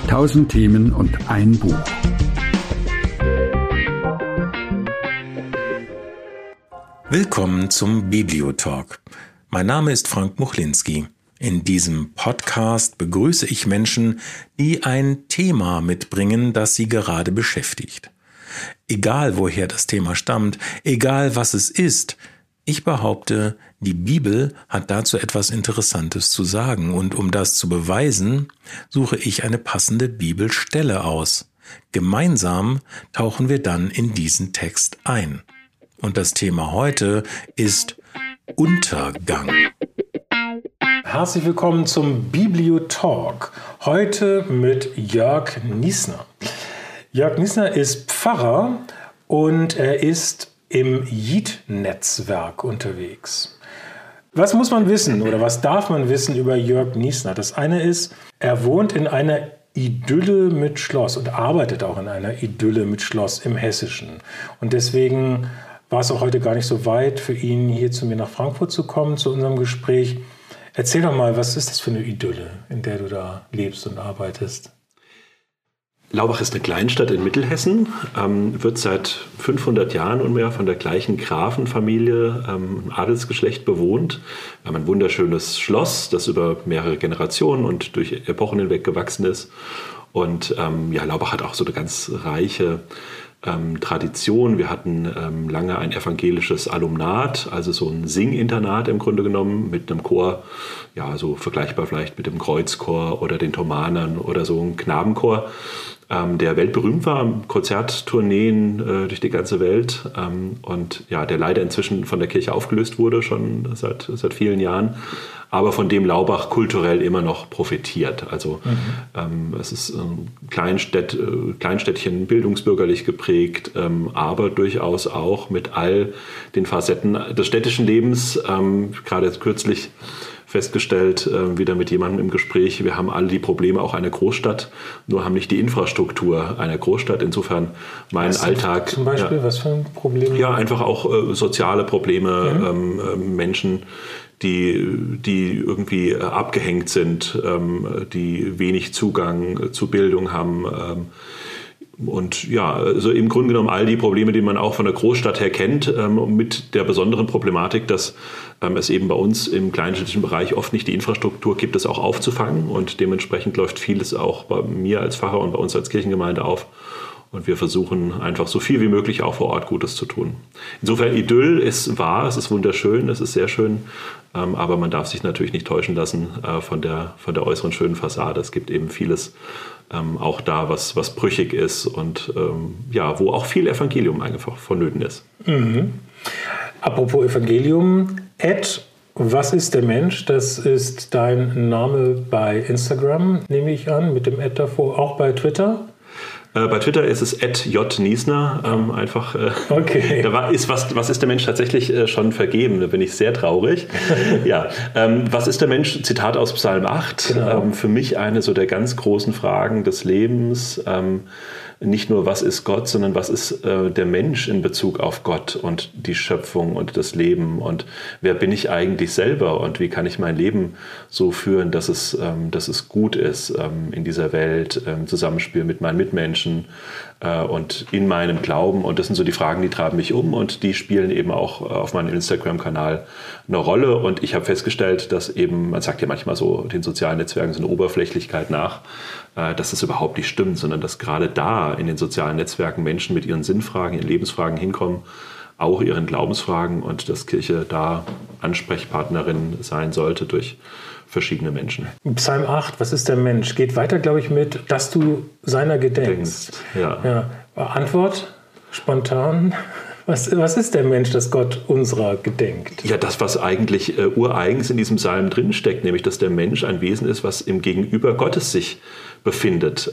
1000 Themen und ein Buch. Willkommen zum Bibliotalk. Mein Name ist Frank Muchlinski. In diesem Podcast begrüße ich Menschen, die ein Thema mitbringen, das sie gerade beschäftigt. Egal woher das Thema stammt, egal was es ist, ich behaupte, die Bibel hat dazu etwas Interessantes zu sagen, und um das zu beweisen, suche ich eine passende Bibelstelle aus. Gemeinsam tauchen wir dann in diesen Text ein. Und das Thema heute ist Untergang. Herzlich willkommen zum Bibliotalk. Heute mit Jörg Niesner. Jörg Niesner ist Pfarrer und er ist im JIT-Netzwerk unterwegs. Was muss man wissen oder was darf man wissen über Jörg Niesner? Das eine ist, er wohnt in einer Idylle mit Schloss und arbeitet auch in einer Idylle mit Schloss im Hessischen. Und deswegen war es auch heute gar nicht so weit für ihn, hier zu mir nach Frankfurt zu kommen, zu unserem Gespräch. Erzähl doch mal, was ist das für eine Idylle, in der du da lebst und arbeitest? Laubach ist eine Kleinstadt in Mittelhessen, wird seit 500 Jahren ungefähr von der gleichen Grafenfamilie, Adelsgeschlecht bewohnt. Wir haben ein wunderschönes Schloss, das über mehrere Generationen und durch Epochen hinweg gewachsen ist. Und Laubach hat auch so eine ganz reiche Tradition. Wir hatten lange ein evangelisches Alumnat, also so ein Singinternat im Grunde genommen mit einem Chor, ja, so vergleichbar vielleicht mit dem Kreuzchor oder den Thomanern oder so ein Knabenchor, der weltberühmt war, Konzerttourneen durch die ganze Welt und ja, der leider inzwischen von der Kirche aufgelöst wurde, schon seit vielen Jahren, aber von dem Laubach kulturell immer noch profitiert. Also es ist ein Kleinstädtchen, bildungsbürgerlich geprägt, aber durchaus auch mit all den Facetten des städtischen Lebens, gerade jetzt kürzlich festgestellt, wieder mit jemandem im Gespräch, wir haben alle die Probleme auch einer Großstadt, nur haben nicht die Infrastruktur einer Großstadt. Insofern mein Alltag... Zum Beispiel, was für ein Problem? Ja, einfach auch soziale Probleme, Menschen, die irgendwie abgehängt sind, die wenig Zugang zu Bildung haben. Und ja, also im Grunde genommen all die Probleme, die man auch von der Großstadt her kennt, mit der besonderen Problematik, dass es eben bei uns im kleinstädtischen Bereich oft nicht die Infrastruktur gibt, das auch aufzufangen. Und dementsprechend läuft vieles auch bei mir als Pfarrer und bei uns als Kirchengemeinde auf. Und wir versuchen einfach so viel wie möglich auch vor Ort Gutes zu tun. Insofern Idyll ist wahr, es ist wunderschön, es ist sehr schön, aber man darf sich natürlich nicht täuschen lassen von der äußeren schönen Fassade. Es gibt eben vieles auch da, was brüchig ist und wo auch viel Evangelium einfach vonnöten ist. Mhm. Apropos Evangelium, was ist der Mensch? Das ist dein Name bei Instagram, nehme ich an, mit dem davor, auch bei Twitter? Bei Twitter ist es @jniesner, einfach. Okay. Da was ist der Mensch tatsächlich schon vergeben? Da bin ich sehr traurig. Ja, was ist der Mensch? Zitat aus Psalm 8. Genau. Für mich eine so der ganz großen Fragen des Lebens. Nicht nur, was ist Gott, sondern was ist der Mensch in Bezug auf Gott und die Schöpfung und das Leben und wer bin ich eigentlich selber und wie kann ich mein Leben so führen, dass es gut ist in dieser Welt, im Zusammenspiel mit meinen Mitmenschen und in meinem Glauben. Und das sind so die Fragen, die treiben mich um und die spielen eben auch auf meinem Instagram-Kanal eine Rolle. Und ich habe festgestellt, dass eben, man sagt ja manchmal so den sozialen Netzwerken so eine Oberflächlichkeit nach, dass das überhaupt nicht stimmt, sondern dass gerade da in den sozialen Netzwerken Menschen mit ihren Sinnfragen, ihren Lebensfragen hinkommen, auch ihren Glaubensfragen und dass Kirche da Ansprechpartnerin sein sollte durch verschiedene Menschen. Psalm 8, was ist der Mensch? Geht weiter, glaube ich, mit, dass du seiner gedenkst. Ja. Antwort, spontan. Was ist der Mensch, dass Gott unserer gedenkt? Ja, das, was eigentlich ureigens in diesem Psalm drinsteckt, nämlich, dass der Mensch ein Wesen ist, was im Gegenüber Gottes sich befindet.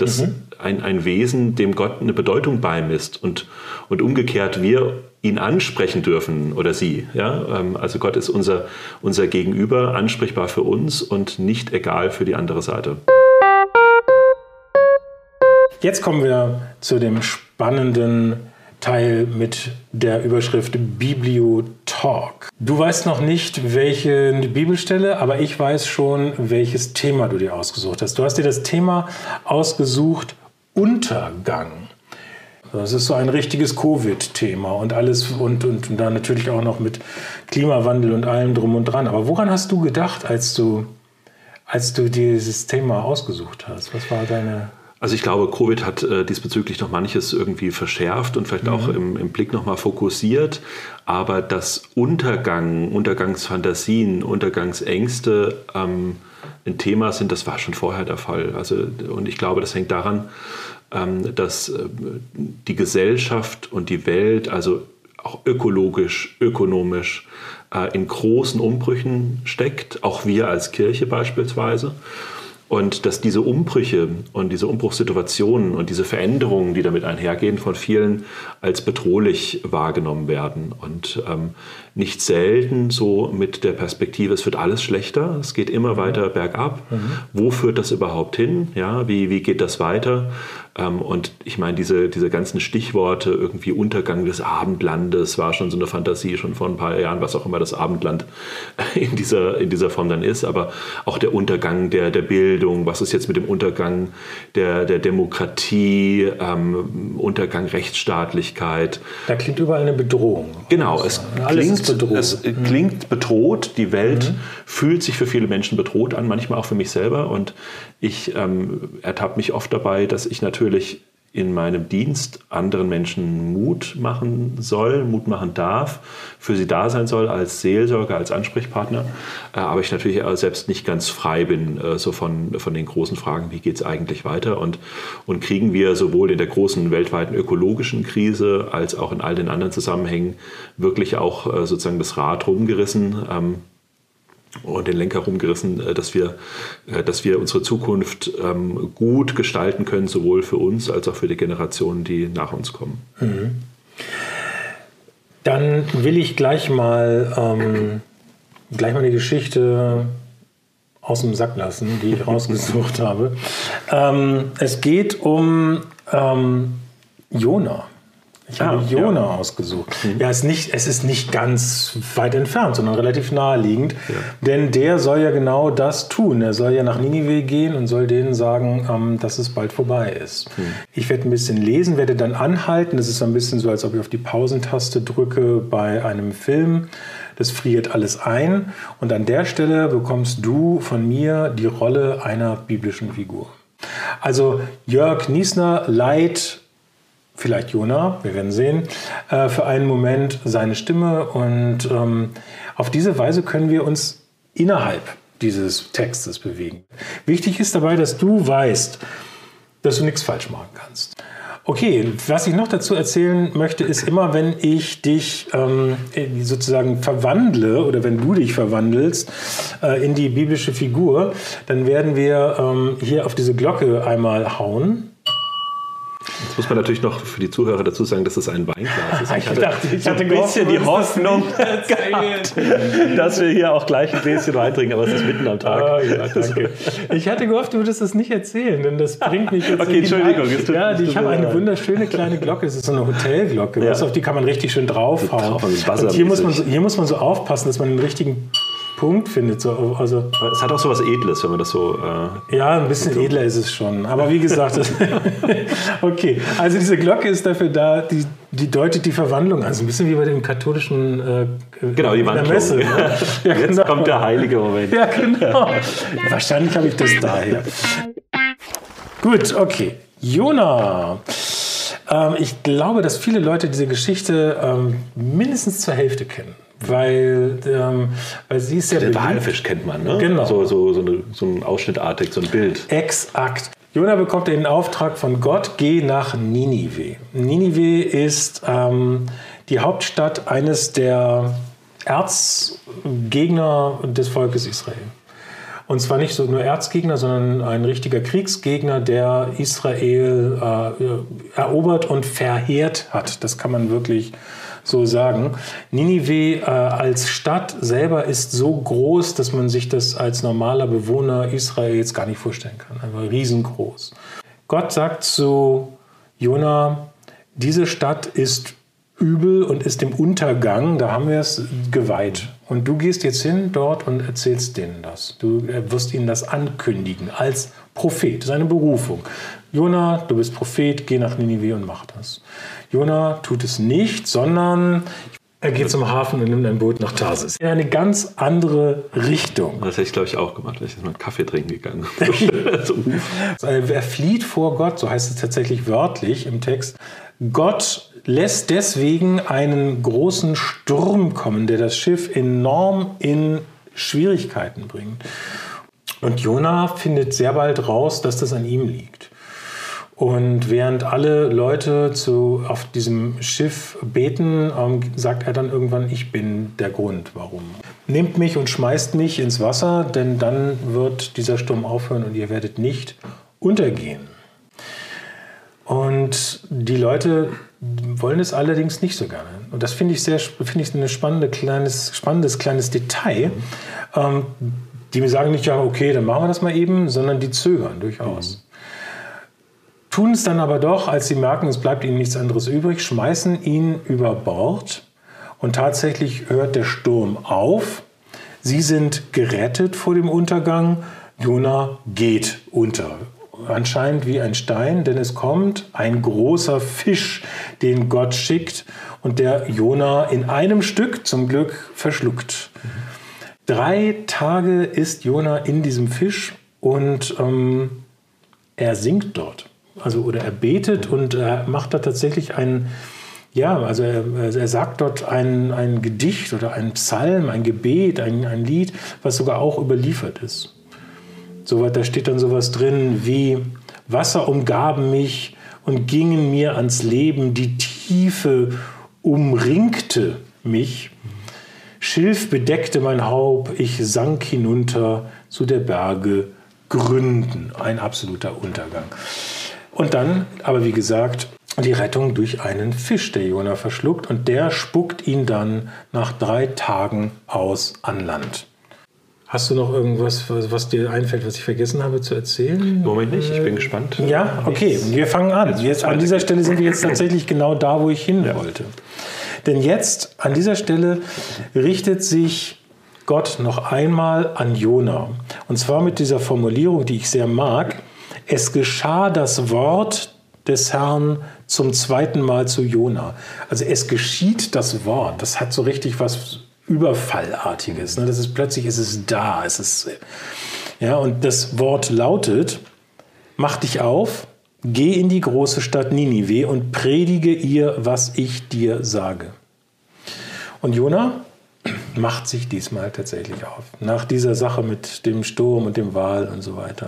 Ein Wesen, dem Gott eine Bedeutung beimisst und umgekehrt wir ihn ansprechen dürfen oder sie. Ja? Also Gott ist unser Gegenüber, ansprechbar für uns und nicht egal für die andere Seite. Jetzt kommen wir zu dem spannenden Teil mit der Überschrift Biblio-Talk. Du weißt noch nicht, welche Bibelstelle, aber ich weiß schon, welches Thema du dir ausgesucht hast. Du hast dir das Thema ausgesucht, Untergang. Das ist so ein richtiges Covid-Thema und alles und dann natürlich auch noch mit Klimawandel und allem drum und dran. Aber woran hast du gedacht, als du dieses Thema ausgesucht hast? Was war deine... Also ich glaube, Covid hat diesbezüglich noch manches irgendwie verschärft und vielleicht auch im Blick nochmal fokussiert. Aber dass Untergangsfantasien, Untergangsängste ein Thema sind, das war schon vorher der Fall. Und ich glaube, das hängt daran, dass die Gesellschaft und die Welt, also auch ökologisch, ökonomisch, in großen Umbrüchen steckt. Auch wir als Kirche beispielsweise. Und dass diese Umbrüche und diese Umbruchssituationen und diese Veränderungen, die damit einhergehen, von vielen als bedrohlich wahrgenommen werden. Und nicht selten so mit der Perspektive, es wird alles schlechter, es geht immer weiter bergab. Wo führt das überhaupt hin? Ja, wie geht das weiter? Und ich meine, diese ganzen Stichworte, irgendwie Untergang des Abendlandes, war schon so eine Fantasie, schon vor ein paar Jahren, was auch immer das Abendland in dieser Form dann ist, aber auch der Untergang der Bildung, was ist jetzt mit dem Untergang der Demokratie, Untergang Rechtsstaatlichkeit. Da klingt überall eine Bedrohung. Genau, es klingt bedroht, die Welt fühlt sich für viele Menschen bedroht an, manchmal auch für mich selber, und ich ertappe mich oft dabei, dass ich natürlich in meinem Dienst anderen Menschen Mut machen darf, für sie da sein soll als Seelsorger, als Ansprechpartner, aber ich natürlich selbst nicht ganz frei bin so von den großen Fragen, wie geht es eigentlich weiter, und kriegen wir sowohl in der großen weltweiten ökologischen Krise als auch in all den anderen Zusammenhängen wirklich auch sozusagen das Rad rumgerissen, und den Lenker rumgerissen, dass wir unsere Zukunft gut gestalten können, sowohl für uns als auch für die Generationen, die nach uns kommen. Dann will ich gleich mal eine Geschichte aus dem Sack lassen, die ich rausgesucht habe. Es geht um Jona. Ich habe Jona ausgesucht. Ja, es ist nicht ganz weit entfernt, sondern relativ naheliegend. Ja. Denn der soll ja genau das tun. Er soll ja nach Ninive gehen und soll denen sagen, dass es bald vorbei ist. Ich werde ein bisschen lesen, werde dann anhalten. Das ist ein bisschen so, als ob ich auf die Pausentaste drücke bei einem Film. Das friert alles ein. Und an der Stelle bekommst du von mir die Rolle einer biblischen Figur. Also Jörg Niesner leiht vielleicht Jona, wir werden sehen, für einen Moment seine Stimme, und auf diese Weise können wir uns innerhalb dieses Textes bewegen. Wichtig ist dabei, dass du weißt, dass du nichts falsch machen kannst. Okay, was ich noch dazu erzählen möchte, ist immer, wenn ich dich sozusagen verwandle oder wenn du dich verwandelst in die biblische Figur, dann werden wir hier auf diese Glocke einmal hauen. Jetzt muss man natürlich noch für die Zuhörer dazu sagen, dass es ein Weinglas ist. Ich hatte ein bisschen die Hoffnung gehabt, dass wir hier auch gleich ein bisschen Wein trinken, aber es ist mitten am Tag. Oh, ja, danke. Ich hatte gehofft, du würdest es nicht erzählen, denn das bringt mich jetzt okay, Entschuldigung. Ich habe eine wunderschöne kleine Glocke, das ist so eine Hotelglocke, auf die kann man richtig schön draufhauen. Und hier muss man so aufpassen, dass man den richtigen Punkt findet. So, also, es hat auch so was Edles, wenn man das so... ja, ein bisschen edler ist es schon. Aber wie gesagt, okay. Also diese Glocke ist dafür da, die deutet die Verwandlung an. Also ein bisschen wie bei dem katholischen genau, die Wandlung. Messe. Ne? Ja, jetzt genau. Kommt der heilige Moment. Ja, genau. Wahrscheinlich habe ich das daher. Gut, okay. Jona. Ich glaube, dass viele Leute diese Geschichte mindestens zur Hälfte kennen. Weil sie ist ja... Den Walfisch kennt man, ne? Genau. So ein ausschnittartig, so ein Bild. Exakt. Jona bekommt den Auftrag von Gott, geh nach Ninive. Ninive ist die Hauptstadt eines der Erzgegner des Volkes Israel. Und zwar nicht so nur Erzgegner, sondern ein richtiger Kriegsgegner, der Israel erobert und verheert hat. Das kann man wirklich so sagen. Ninive als Stadt selber ist so groß, dass man sich das als normaler Bewohner Israels gar nicht vorstellen kann. Einfach riesengroß. Gott sagt zu Jona, diese Stadt ist übel und ist im Untergang, da haben wir es geweiht. Und du gehst jetzt hin dort und erzählst denen das. Du wirst ihnen das ankündigen als Prophet, das ist eine Berufung. Jona, du bist Prophet, geh nach Ninive und mach das. Jona tut es nicht, sondern er geht zum Hafen und nimmt ein Boot nach Tarsis. In eine ganz andere Richtung. Das hätte ich, glaube ich, auch gemacht. Ich bin mal einen Kaffee trinken gegangen. Er flieht vor Gott, so heißt es tatsächlich wörtlich im Text. Gott lässt deswegen einen großen Sturm kommen, der das Schiff enorm in Schwierigkeiten bringt. Und Jona findet sehr bald raus, dass das an ihm liegt. Und während alle Leute auf diesem Schiff beten, sagt er dann irgendwann, ich bin der Grund, warum. Nehmt mich und schmeißt mich ins Wasser, denn dann wird dieser Sturm aufhören und ihr werdet nicht untergehen. Und die Leute wollen es allerdings nicht so gerne. Und das finde ich ein spannendes kleines Detail. Die mir sagen nicht, ja okay, dann machen wir das mal eben, sondern die zögern durchaus. Tun es dann aber doch, als sie merken, es bleibt ihnen nichts anderes übrig, schmeißen ihn über Bord und tatsächlich hört der Sturm auf. Sie sind gerettet vor dem Untergang. Jona geht unter. Anscheinend wie ein Stein, denn es kommt ein großer Fisch, den Gott schickt und der Jona in einem Stück zum Glück verschluckt. 3 Tage ist Jona in diesem Fisch und er singt dort. Oder er betet und er macht da tatsächlich er sagt dort ein Gedicht oder ein Psalm, ein Gebet, ein Lied, was sogar auch überliefert ist. Da steht dann sowas drin wie: Wasser umgaben mich und gingen mir ans Leben, die Tiefe umringte mich, Schilf bedeckte mein Haupt, ich sank hinunter zu der Berge Gründen. Ein absoluter Untergang. Und dann, aber wie gesagt, die Rettung durch einen Fisch, der Jona verschluckt, und der spuckt ihn dann nach 3 Tagen aus an Land. Hast du noch irgendwas, was dir einfällt, was ich vergessen habe zu erzählen? Moment nicht, ich bin gespannt. Ja, okay, wir fangen an. Jetzt, an dieser Stelle sind wir jetzt tatsächlich genau da, wo ich hin wollte. Denn jetzt, an dieser Stelle, richtet sich Gott noch einmal an Jona. Und zwar mit dieser Formulierung, die ich sehr mag: Es geschah das Wort des Herrn zum 2. Mal zu Jona. Also es geschieht das Wort. Das hat so richtig was Überfallartiges. Das ist plötzlich, es ist da. Und das Wort lautet: Mach dich auf, geh in die große Stadt Ninive und predige ihr, was ich dir sage. Und Jona macht sich diesmal tatsächlich auf. Nach dieser Sache mit dem Sturm und dem Wal und so weiter.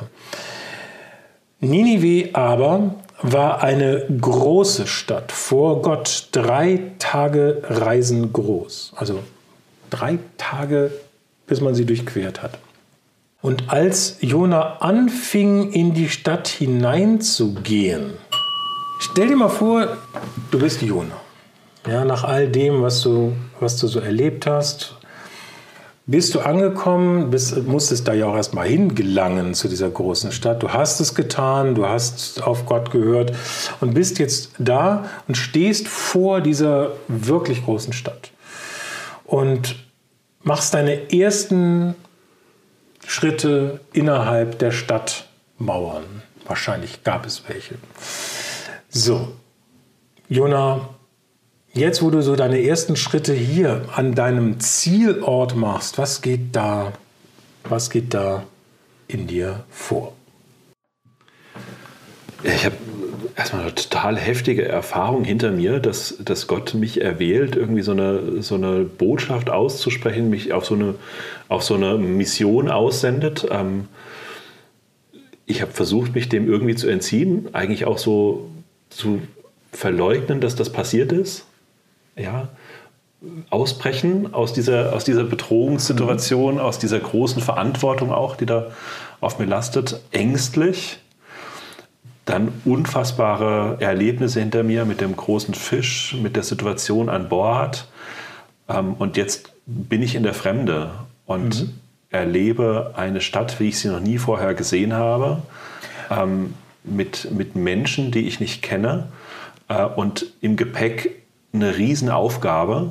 Ninive aber war eine große Stadt, vor Gott 3 Tage Reisen groß. Also 3 Tage, bis man sie durchquert hat. Und als Jona anfing, in die Stadt hineinzugehen, stell dir mal vor, du bist Jona. Ja, nach all dem, was du so erlebt hast, bist du angekommen, musstest da ja auch erst mal hingelangen zu dieser großen Stadt. Du hast es getan, du hast auf Gott gehört und bist jetzt da und stehst vor dieser wirklich großen Stadt und machst deine ersten Schritte innerhalb der Stadtmauern. Wahrscheinlich gab es welche. So, Jona, jetzt, wo du so deine ersten Schritte hier an deinem Zielort machst, was geht da in dir vor? Ich habe erstmal eine total heftige Erfahrung hinter mir, dass Gott mich erwählt, irgendwie so eine Botschaft auszusprechen, mich auf so eine Mission aussendet. Ich habe versucht, mich dem irgendwie zu entziehen, eigentlich auch so zu verleugnen, dass das passiert ist. Ja, ausbrechen aus dieser Bedrohungssituation, aus dieser großen Verantwortung auch, die da auf mir lastet, ängstlich. Dann unfassbare Erlebnisse hinter mir mit dem großen Fisch, mit der Situation an Bord. Und jetzt bin ich in der Fremde und erlebe eine Stadt, wie ich sie noch nie vorher gesehen habe, mit Menschen, die ich nicht kenne. und im Gepäck eine Riesenaufgabe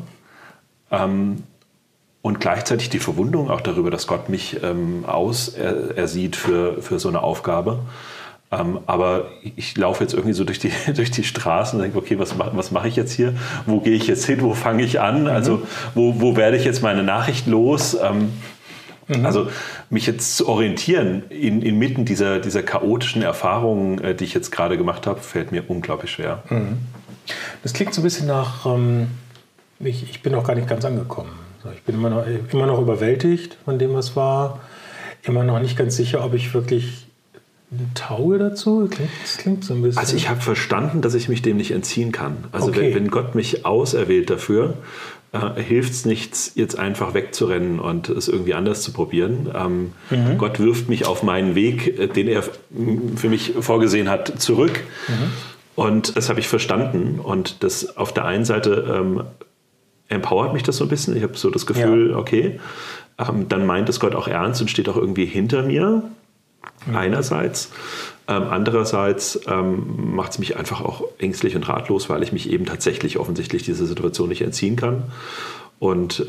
und gleichzeitig die Verwunderung auch darüber, dass Gott mich ausersieht für so eine Aufgabe. Aber ich laufe jetzt irgendwie so durch die Straßen und denke, okay, was mache ich jetzt hier? Wo gehe ich jetzt hin? Wo fange ich an? Also wo werde ich jetzt meine Nachricht los? Also mich jetzt zu orientieren inmitten dieser chaotischen Erfahrungen, die ich jetzt gerade gemacht habe, fällt mir unglaublich schwer. Das klingt so ein bisschen nach, ich bin noch gar nicht ganz angekommen. Ich bin immer noch überwältigt von dem, was war. Immer noch nicht ganz sicher, ob ich wirklich tauge dazu. Das klingt so ein bisschen. Also ich habe verstanden, dass ich mich dem nicht entziehen kann. Also okay. wenn Gott mich auserwählt dafür, hilft es nichts, jetzt einfach wegzurennen und es irgendwie anders zu probieren. Gott wirft mich auf meinen Weg, den er für mich vorgesehen hat, zurück. Und das habe ich verstanden. Und das auf der einen Seite empowert mich das so ein bisschen. Ich habe so das Gefühl, okay, dann meint es Gott auch ernst und steht auch irgendwie hinter mir, einerseits. Andererseits macht es mich einfach auch ängstlich und ratlos, weil ich mich eben tatsächlich offensichtlich dieser Situation nicht entziehen kann. Und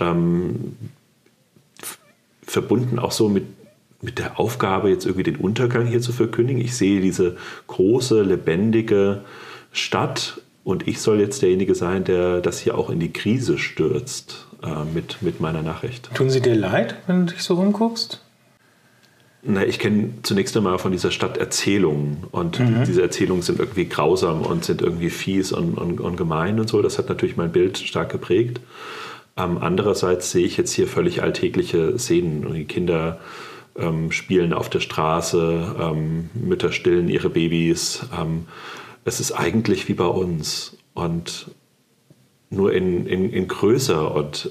verbunden auch so mit der Aufgabe, jetzt irgendwie den Untergang hier zu verkündigen. Ich sehe diese große, lebendige Stadt und ich soll jetzt derjenige sein, der das hier auch in die Krise stürzt mit meiner Nachricht. Tun sie dir leid, wenn du dich so umguckst? Na, ich kenne zunächst einmal von dieser Stadt Erzählungen und diese Erzählungen sind irgendwie grausam und sind irgendwie fies und gemein und so. Das hat natürlich mein Bild stark geprägt. Andererseits sehe ich jetzt hier völlig alltägliche Szenen und die Kinder spielen auf der Straße, Mütter stillen ihre Babys. Es ist eigentlich wie bei uns und nur in größer und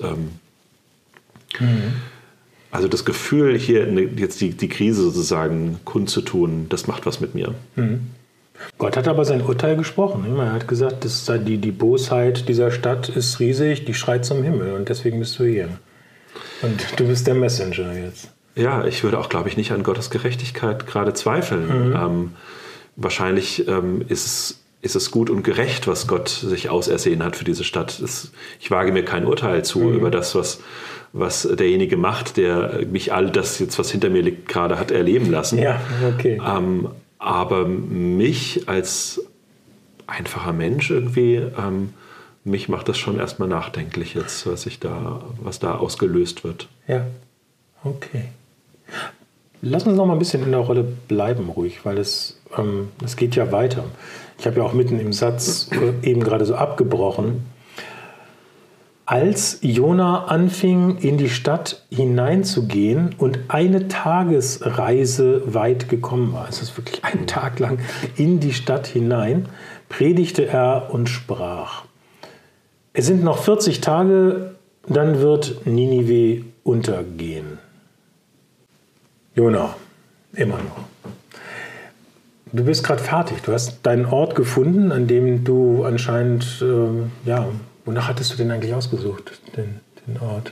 also das Gefühl, hier jetzt die Krise sozusagen kundzutun, das macht was mit mir. Gott hat aber sein Urteil gesprochen. Er hat gesagt, dass die Bosheit dieser Stadt ist riesig, die schreit zum Himmel und deswegen bist du hier. Und du bist der Messenger jetzt. Ja, ich würde auch, glaube ich, nicht an Gottes Gerechtigkeit gerade zweifeln. Wahrscheinlich ist es gut und gerecht, was Gott sich ausersehen hat für diese Stadt. Ich wage mir kein Urteil zu über das, was derjenige macht, der mich all das jetzt, was hinter mir liegt, gerade hat erleben lassen. Ja, okay. Aber mich als einfacher Mensch irgendwie, mich macht das schon erstmal nachdenklich jetzt, was da ausgelöst wird. Ja, okay. Lass uns noch mal ein bisschen in der Rolle bleiben, ruhig, weil es geht ja weiter. Ich habe ja auch mitten im Satz eben gerade so abgebrochen. Als Jona anfing, in die Stadt hineinzugehen und eine Tagesreise weit gekommen war, es ist wirklich einen Tag lang in die Stadt hinein, predigte er und sprach: Es sind noch 40 Tage, dann wird Ninive untergehen. Jona, immer noch. Du bist gerade fertig. Du hast deinen Ort gefunden, an dem du anscheinend, wonach hattest du denn eigentlich ausgesucht, den Ort?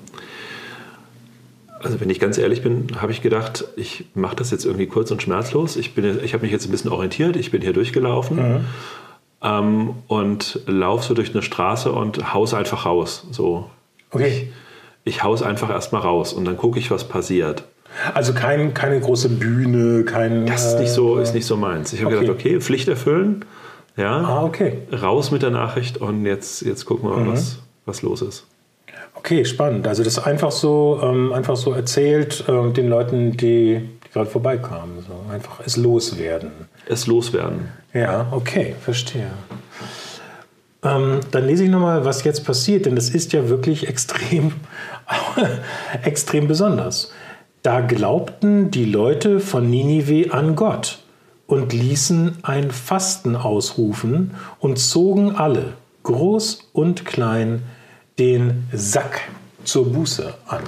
Also wenn ich ganz ehrlich bin, habe ich gedacht, ich mache das jetzt irgendwie kurz und schmerzlos. Ich habe mich jetzt ein bisschen orientiert, ich bin hier durchgelaufen und laufe so durch eine Straße und haus einfach raus. So. Okay. Ich haus einfach erstmal raus und dann gucke ich, was passiert. Also keine große Bühne, Das ist nicht so meins. Ich habe gedacht, okay, Pflicht erfüllen, ja, raus mit der Nachricht und jetzt gucken wir mal, was los ist. Okay, spannend. Also das einfach so erzählt den Leuten, die gerade vorbeikamen. So einfach es loswerden. Ja, okay, verstehe. Dann lese ich nochmal, was jetzt passiert, denn das ist ja wirklich extrem besonders. Da glaubten die Leute von Ninive an Gott und ließen ein Fasten ausrufen und zogen alle, groß und klein, den Sack zur Buße an.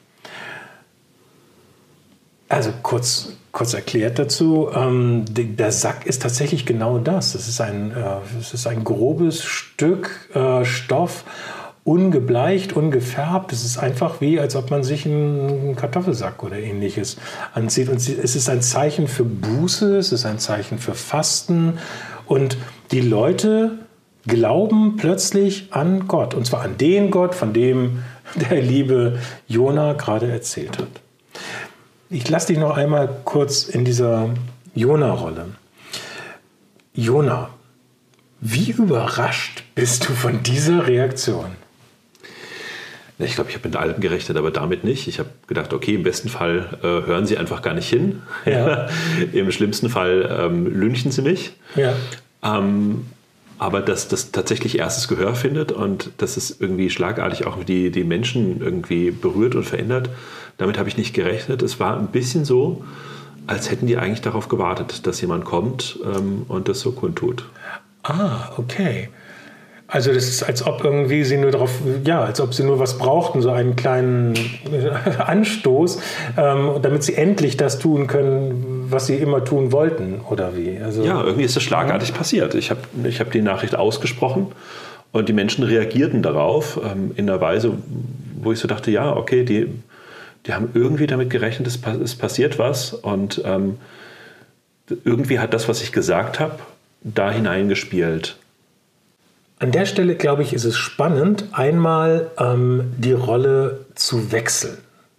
Also kurz erklärt dazu, der Sack ist tatsächlich genau das. Es ist ein grobes Stück Stoff, ungebleicht, ungefärbt. Es ist einfach wie, als ob man sich einen Kartoffelsack oder ähnliches anzieht. Und es ist ein Zeichen für Buße, es ist ein Zeichen für Fasten. Und die Leute glauben plötzlich an Gott. Und zwar an den Gott, von dem der liebe Jona gerade erzählt hat. Ich lasse dich noch einmal kurz in dieser Jona-Rolle. Jona, wie überrascht bist du von dieser Reaktion? Ich glaube, ich habe mit allem gerechnet, aber damit nicht. Ich habe gedacht, okay, im besten Fall hören sie einfach gar nicht hin. Ja. Im schlimmsten Fall lynchen sie mich. Ja. Aber dass das tatsächlich erstes Gehör findet und dass es irgendwie schlagartig auch die Menschen irgendwie berührt und verändert, damit habe ich nicht gerechnet. Es war ein bisschen so, als hätten die eigentlich darauf gewartet, dass jemand kommt und das so kundtut. Ah, okay. Also das ist, als ob irgendwie sie nur darauf, ja, als ob sie nur was brauchten, so einen kleinen Anstoß, damit sie endlich das tun können, was sie immer tun wollten, oder wie? Also, ja, irgendwie ist das schlagartig passiert. Ich hab die Nachricht ausgesprochen und die Menschen reagierten darauf in einer Weise, wo ich so dachte, ja, okay, die haben irgendwie damit gerechnet, es passiert was und irgendwie hat das, was ich gesagt habe, da hineingespielt. An der Stelle, glaube ich, ist es spannend, einmal die Rolle zu wechseln.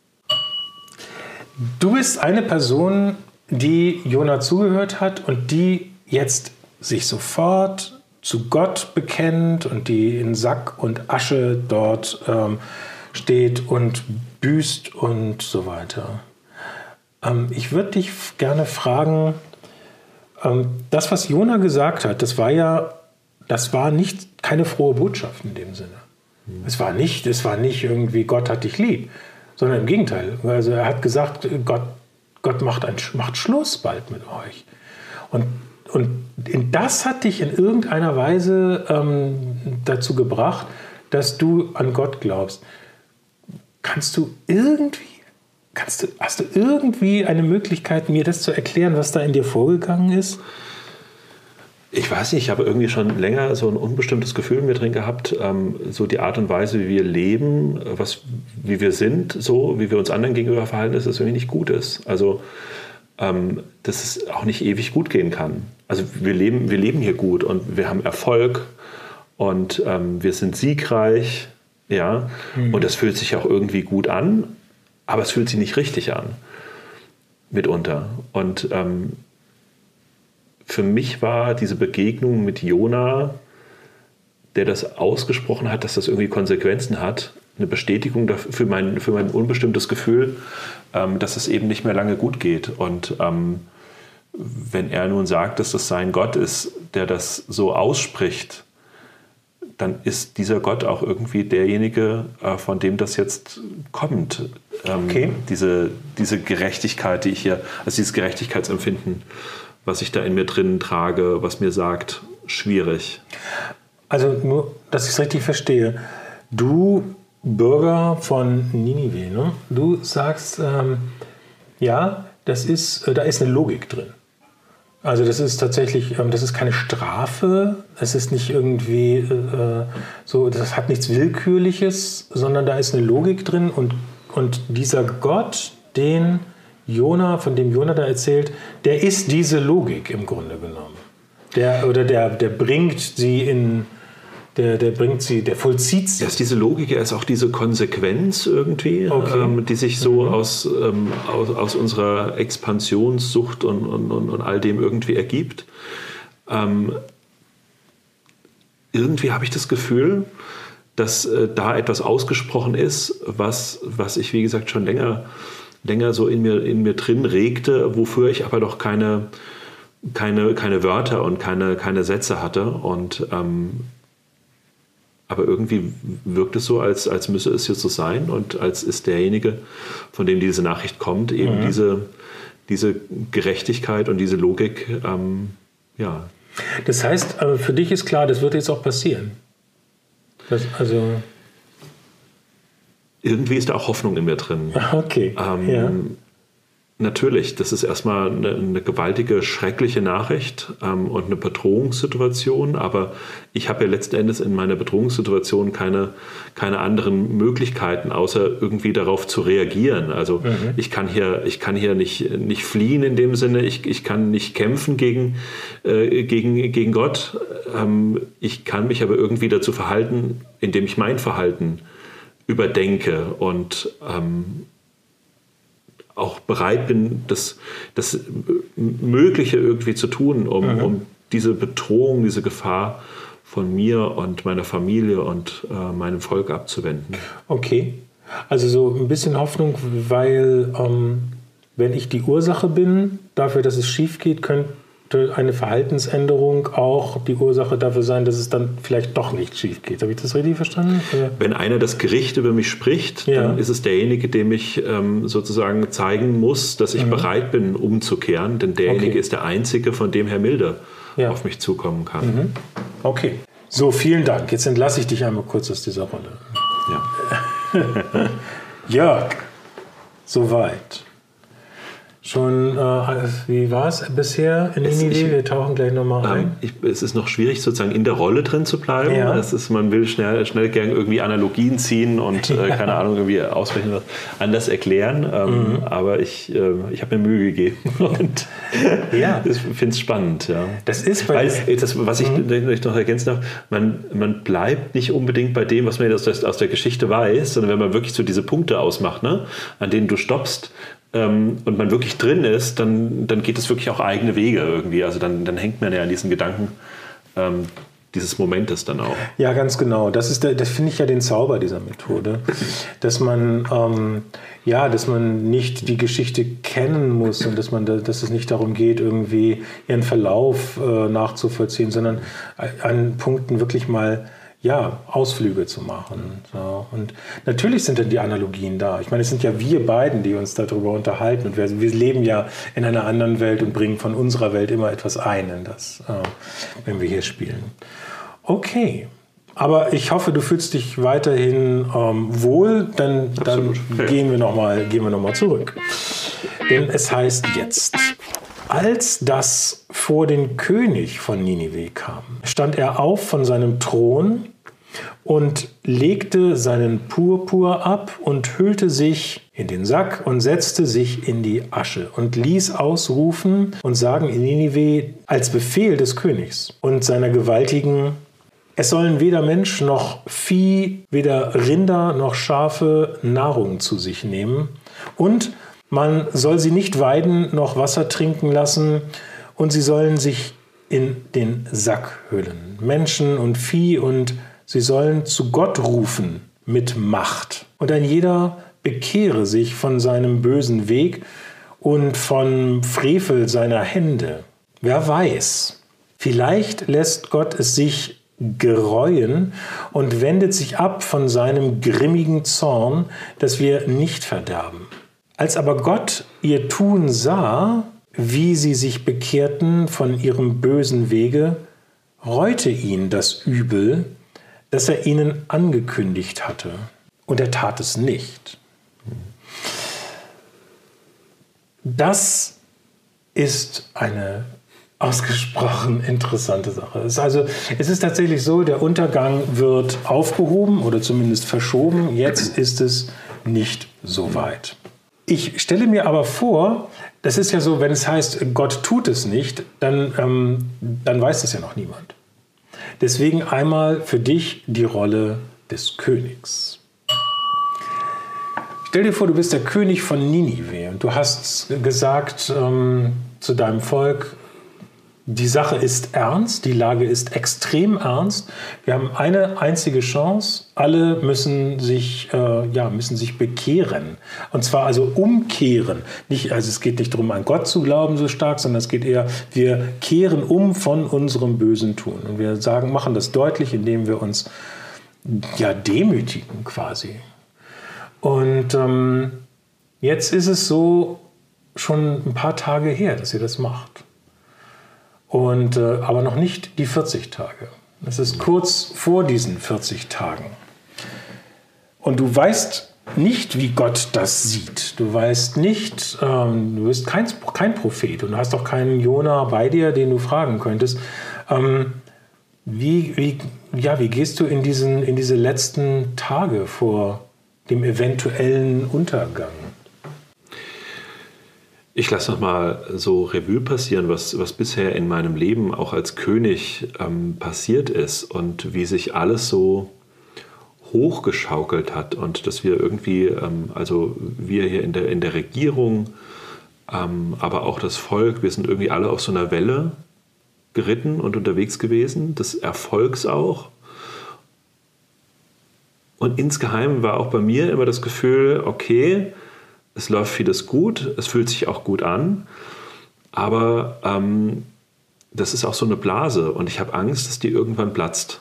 Du bist eine Person, die Jona zugehört hat und die jetzt sich sofort zu Gott bekennt und die in Sack und Asche dort steht und büßt und so weiter. Ich würde dich gerne fragen, das, was Jona gesagt hat, das war nicht keine frohe Botschaft in dem Sinne. Es war nicht irgendwie Gott hat dich lieb, sondern im Gegenteil. Also er hat gesagt, Gott macht Schluss bald mit euch. Und das hat dich in irgendeiner Weise dazu gebracht, dass du an Gott glaubst. Hast du irgendwie eine Möglichkeit, mir das zu erklären, was da in dir vorgegangen ist? Ich weiß nicht, ich habe irgendwie schon länger so ein unbestimmtes Gefühl in mir drin gehabt, so die Art und Weise, wie wir leben, wie wir sind, so wie wir uns anderen gegenüber verhalten, dass es irgendwie nicht gut ist. Also, dass es auch nicht ewig gut gehen kann. Also wir leben hier gut und wir haben Erfolg und wir sind siegreich, ja, und das fühlt sich auch irgendwie gut an, aber es fühlt sich nicht richtig an, mitunter. Und für mich war diese Begegnung mit Jona, der das ausgesprochen hat, dass das irgendwie Konsequenzen hat, eine Bestätigung für mein unbestimmtes Gefühl, dass es eben nicht mehr lange gut geht. Und wenn er nun sagt, dass das sein Gott ist, der das so ausspricht, dann ist dieser Gott auch irgendwie derjenige, von dem das jetzt kommt. Okay. Diese Gerechtigkeit, die ich hier, also dieses Gerechtigkeitsempfinden, was ich da in mir drin trage, was mir sagt, schwierig. Also nur, dass ich es richtig verstehe. Du, Bürger von Ninive, ne? Du sagst, ja, da ist eine Logik drin. Also das ist tatsächlich, das ist keine Strafe, es ist nicht irgendwie so, das hat nichts Willkürliches, sondern da ist eine Logik drin und dieser Gott, von dem Jona da erzählt, der ist diese Logik im Grunde genommen. Der bringt sie in, der vollzieht sie. Er ist diese Logik, er ist auch diese Konsequenz irgendwie, okay. Die sich so aus unserer Expansionssucht und all dem irgendwie ergibt. Irgendwie habe ich das Gefühl, dass da etwas ausgesprochen ist, was ich, wie gesagt, schon länger so in mir drin regte, wofür ich aber doch keine Wörter und keine Sätze hatte. Und aber irgendwie wirkt es so, als müsse es hier so sein und als ist derjenige, von dem diese Nachricht kommt, eben diese Gerechtigkeit und diese Logik, ja. Das heißt, für dich ist klar, das wird jetzt auch passieren. Irgendwie ist da auch Hoffnung in mir drin. Okay, ja. Natürlich, das ist erstmal eine gewaltige, schreckliche Nachricht und eine Bedrohungssituation, aber ich habe ja letzten Endes in meiner Bedrohungssituation keine anderen Möglichkeiten, außer irgendwie darauf zu reagieren. Also ich kann hier nicht fliehen in dem Sinne, ich kann nicht kämpfen gegen Gott. Ich kann mich aber irgendwie dazu verhalten, indem ich mein Verhalten überdenke und auch bereit bin, das Mögliche irgendwie zu tun, um diese Bedrohung, diese Gefahr von mir und meiner Familie und meinem Volk abzuwenden. Okay, also so ein bisschen Hoffnung, weil wenn ich die Ursache bin dafür, dass es schief geht, könnte eine Verhaltensänderung auch die Ursache dafür sein, dass es dann vielleicht doch nicht schief geht. Habe ich das richtig verstanden? Oder? Wenn einer das Gericht über mich spricht, dann ist es derjenige, dem ich sozusagen zeigen muss, dass ich bereit bin, umzukehren. Denn derjenige ist der Einzige, von dem Herr Milde auf mich zukommen kann. Okay. So, vielen Dank. Jetzt entlasse ich dich einmal kurz aus dieser Rolle. Ja. Jörg, soweit. Schon, wie war es bisher in Ninive? Wir tauchen gleich nochmal ein. Es ist noch schwierig, sozusagen in der Rolle drin zu bleiben. Ja. Man will schnell gern irgendwie Analogien ziehen und keine Ahnung, irgendwie ausrechnen, was anders erklären. Aber ich habe mir Mühe gegeben und ich finde es spannend. Ja. Das ist was ich noch ergänzen darf, man bleibt nicht unbedingt bei dem, was man aus der Geschichte weiß, sondern wenn man wirklich so diese Punkte ausmacht, ne, an denen du stoppst, und man wirklich drin ist, dann geht es wirklich auch eigene Wege irgendwie. Also dann hängt man ja an diesen Gedanken dieses Momentes dann auch. Das ganz genau. Das finde ich ja den Zauber dieser Methode, dass man nicht die Geschichte kennen muss und dass es nicht darum geht, irgendwie ihren Verlauf nachzuvollziehen, sondern an Punkten wirklich mal Ausflüge zu machen. So. Und natürlich sind dann die Analogien da. Ich meine, es sind ja wir beiden, die uns darüber unterhalten. Und wir leben ja in einer anderen Welt und bringen von unserer Welt immer etwas ein in das, wenn wir hier spielen. Okay. Aber ich hoffe, du fühlst dich weiterhin wohl. Dann gehen wir noch mal zurück. Denn es heißt jetzt: Als das vor den König von Ninive kam, stand er auf von seinem Thron und legte seinen Purpur ab und hüllte sich in den Sack und setzte sich in die Asche und ließ ausrufen und sagen in Ninive als Befehl des Königs und seiner gewaltigen: Es sollen weder Mensch noch Vieh, weder Rinder noch Schafe Nahrung zu sich nehmen, und man soll sie nicht weiden noch Wasser trinken lassen, und sie sollen sich in den Sack hüllen, Menschen und Vieh, und sie sollen zu Gott rufen mit Macht. Und ein jeder bekehre sich von seinem bösen Weg und vom Frevel seiner Hände. Wer weiß, vielleicht lässt Gott es sich gereuen und wendet sich ab von seinem grimmigen Zorn, dass wir nicht verderben. Als aber Gott ihr Tun sah, wie sie sich bekehrten von ihrem bösen Wege, reute ihn das Übel, das er ihnen angekündigt hatte. Und er tat es nicht. Das ist eine ausgesprochen interessante Sache. Es ist tatsächlich so, der Untergang wird aufgehoben oder zumindest verschoben. Jetzt ist es nicht so weit. Ich stelle mir aber vor, das ist ja so, wenn es heißt, Gott tut es nicht, dann weiß das ja noch niemand. Deswegen einmal für dich die Rolle des Königs. Stell dir vor, du bist der König von Ninive und du hast gesagt zu deinem Volk: Die Sache ist ernst, die Lage ist extrem ernst. Wir haben eine einzige Chance. Alle müssen sich bekehren. Und zwar also umkehren. Es geht nicht darum, an Gott zu glauben so stark, sondern es geht eher, wir kehren um von unserem bösen Tun. Und wir machen das deutlich, indem wir uns demütigen quasi. Und jetzt ist es so schon ein paar Tage her, dass ihr das macht. Und, aber noch nicht die 40 Tage. Das ist kurz vor diesen 40 Tagen. Und du weißt nicht, wie Gott das sieht. Du weißt nicht, du bist kein Prophet und du hast auch keinen Jona bei dir, den du fragen könntest. Wie gehst du in diese letzten Tage vor dem eventuellen Untergang? Ich lasse noch mal so Revue passieren, was bisher in meinem Leben auch als König passiert ist und wie sich alles so hochgeschaukelt hat und dass wir irgendwie, also wir hier in der Regierung, aber auch das Volk, wir sind irgendwie alle auf so einer Welle geritten und unterwegs gewesen, des Erfolgs auch. Und insgeheim war auch bei mir immer das Gefühl, okay, es läuft vieles gut, es fühlt sich auch gut an, aber das ist auch so eine Blase und ich habe Angst, dass die irgendwann platzt.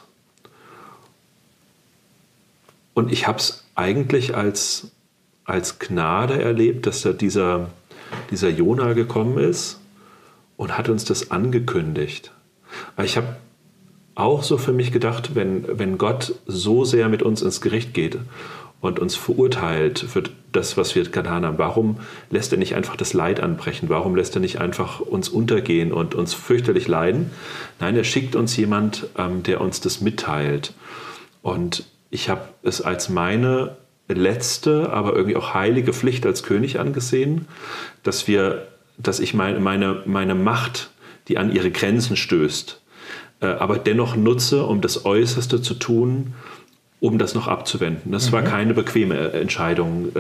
Und ich habe es eigentlich als Gnade erlebt, dass da dieser Jona gekommen ist und hat uns das angekündigt. Aber ich habe auch so für mich gedacht, wenn Gott so sehr mit uns ins Gericht geht und uns verurteilt für das, was wir getan haben, warum lässt er nicht einfach das Leid anbrechen? Warum lässt er nicht einfach uns untergehen und uns fürchterlich leiden? Nein, er schickt uns jemand, der uns das mitteilt. Und ich habe es als meine letzte, aber irgendwie auch heilige Pflicht als König angesehen, dass ich meine Macht, die an ihre Grenzen stößt, aber dennoch nutze, um das Äußerste zu tun, um das noch abzuwenden. Das war keine bequeme Entscheidung,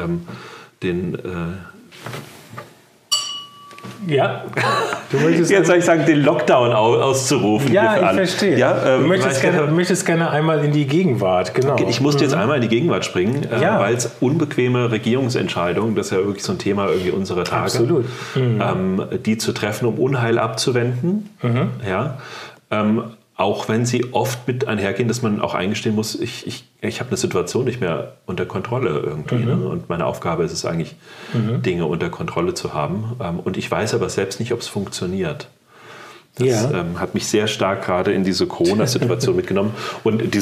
Ja, jetzt soll ich sagen, den Lockdown auszurufen. Ja, ich verstehe. Ja, du möchtest gerne einmal in die Gegenwart, genau. Ich musste jetzt einmal in die Gegenwart springen, weil es unbequeme Regierungsentscheidungen, das ist ja wirklich so ein Thema irgendwie unserer Tage, absolut. Die zu treffen, um Unheil abzuwenden. Ja, auch wenn sie oft mit einhergehen, dass man auch eingestehen muss, ich habe eine Situation nicht mehr unter Kontrolle irgendwie. Ne? Und meine Aufgabe ist es eigentlich, Dinge unter Kontrolle zu haben. Und ich weiß aber selbst nicht, ob es funktioniert. Das hat mich sehr stark gerade in diese Corona-Situation mitgenommen. Und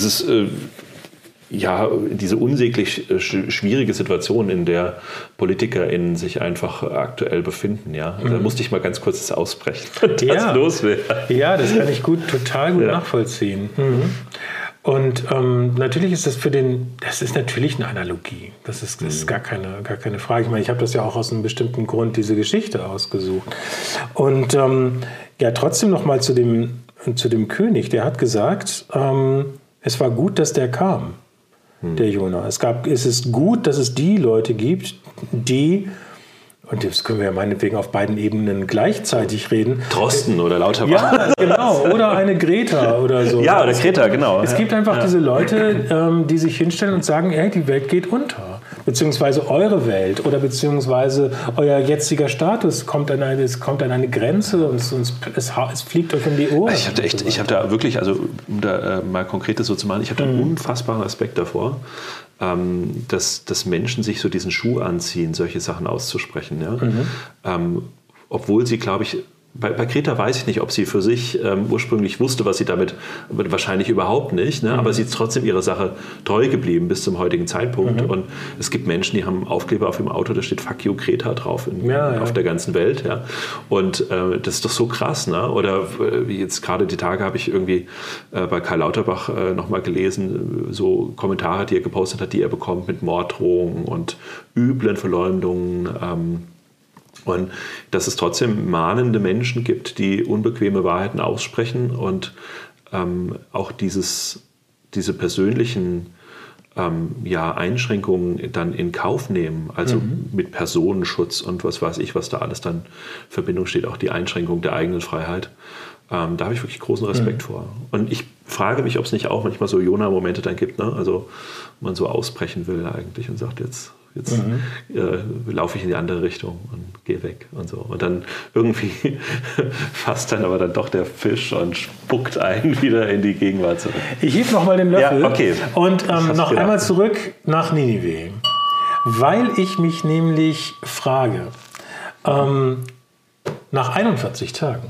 diese unsäglich schwierige Situation, in der PolitikerInnen sich einfach aktuell befinden. Ja? Da musste ich mal ganz kurz das ausbrechen, was los wäre. Ja, das kann ich total gut nachvollziehen. Und natürlich ist das das ist natürlich eine Analogie. Das ist gar keine Frage. Ich meine, ich habe das ja auch aus einem bestimmten Grund, diese Geschichte ausgesucht. Und trotzdem noch mal zu dem König, der hat gesagt, es war gut, dass der kam. Der Jona. Es ist gut, dass es die Leute gibt, die, und das können wir ja meinetwegen auf beiden Ebenen gleichzeitig reden. Drosten oder Lauterbach. Ja, genau. Oder eine Greta oder so. Ja, oder Greta, genau. Es gibt einfach diese Leute, die sich hinstellen und sagen, hey, die Welt geht unter. Beziehungsweise eure Welt oder beziehungsweise euer jetziger Status kommt an eine Grenze und es fliegt euch um die Ohren. Ich habe da wirklich, also um da mal Konkretes so zu machen, ich habe da einen unfassbaren Respekt davor, dass Menschen sich so diesen Schuh anziehen, solche Sachen auszusprechen. Ja? Obwohl sie, glaube ich, bei Greta weiß ich nicht, ob sie für sich ursprünglich wusste, was sie damit, wahrscheinlich überhaupt nicht, ne? Aber sie ist trotzdem ihrer Sache treu geblieben bis zum heutigen Zeitpunkt. Und es gibt Menschen, die haben Aufkleber auf ihrem Auto, da steht Fuck you Greta drauf auf der ganzen Welt. Ja? Und das ist doch so krass. Ne? Oder wie jetzt gerade die Tage habe ich irgendwie bei Karl Lauterbach nochmal gelesen, so Kommentare, die er gepostet hat, die er bekommt mit Morddrohungen und üblen Verleumdungen. Und dass es trotzdem mahnende Menschen gibt, die unbequeme Wahrheiten aussprechen und auch diese persönlichen Einschränkungen dann in Kauf nehmen, also mit Personenschutz und was weiß ich, was da alles dann in Verbindung steht, auch die Einschränkung der eigenen Freiheit. Da habe ich wirklich großen Respekt vor. Und ich frage mich, ob es nicht auch manchmal so Jona-Momente dann gibt, ne? Also man so ausbrechen will eigentlich und sagt, jetzt laufe ich in die andere Richtung und gehe weg und so. Und dann irgendwie fasst dann aber dann doch der Fisch und spuckt einen wieder in die Gegenwart zurück. Ich heb noch mal den Löffel und noch gedacht. Einmal zurück nach Ninive. Weil ich mich nämlich frage, nach 41 Tagen,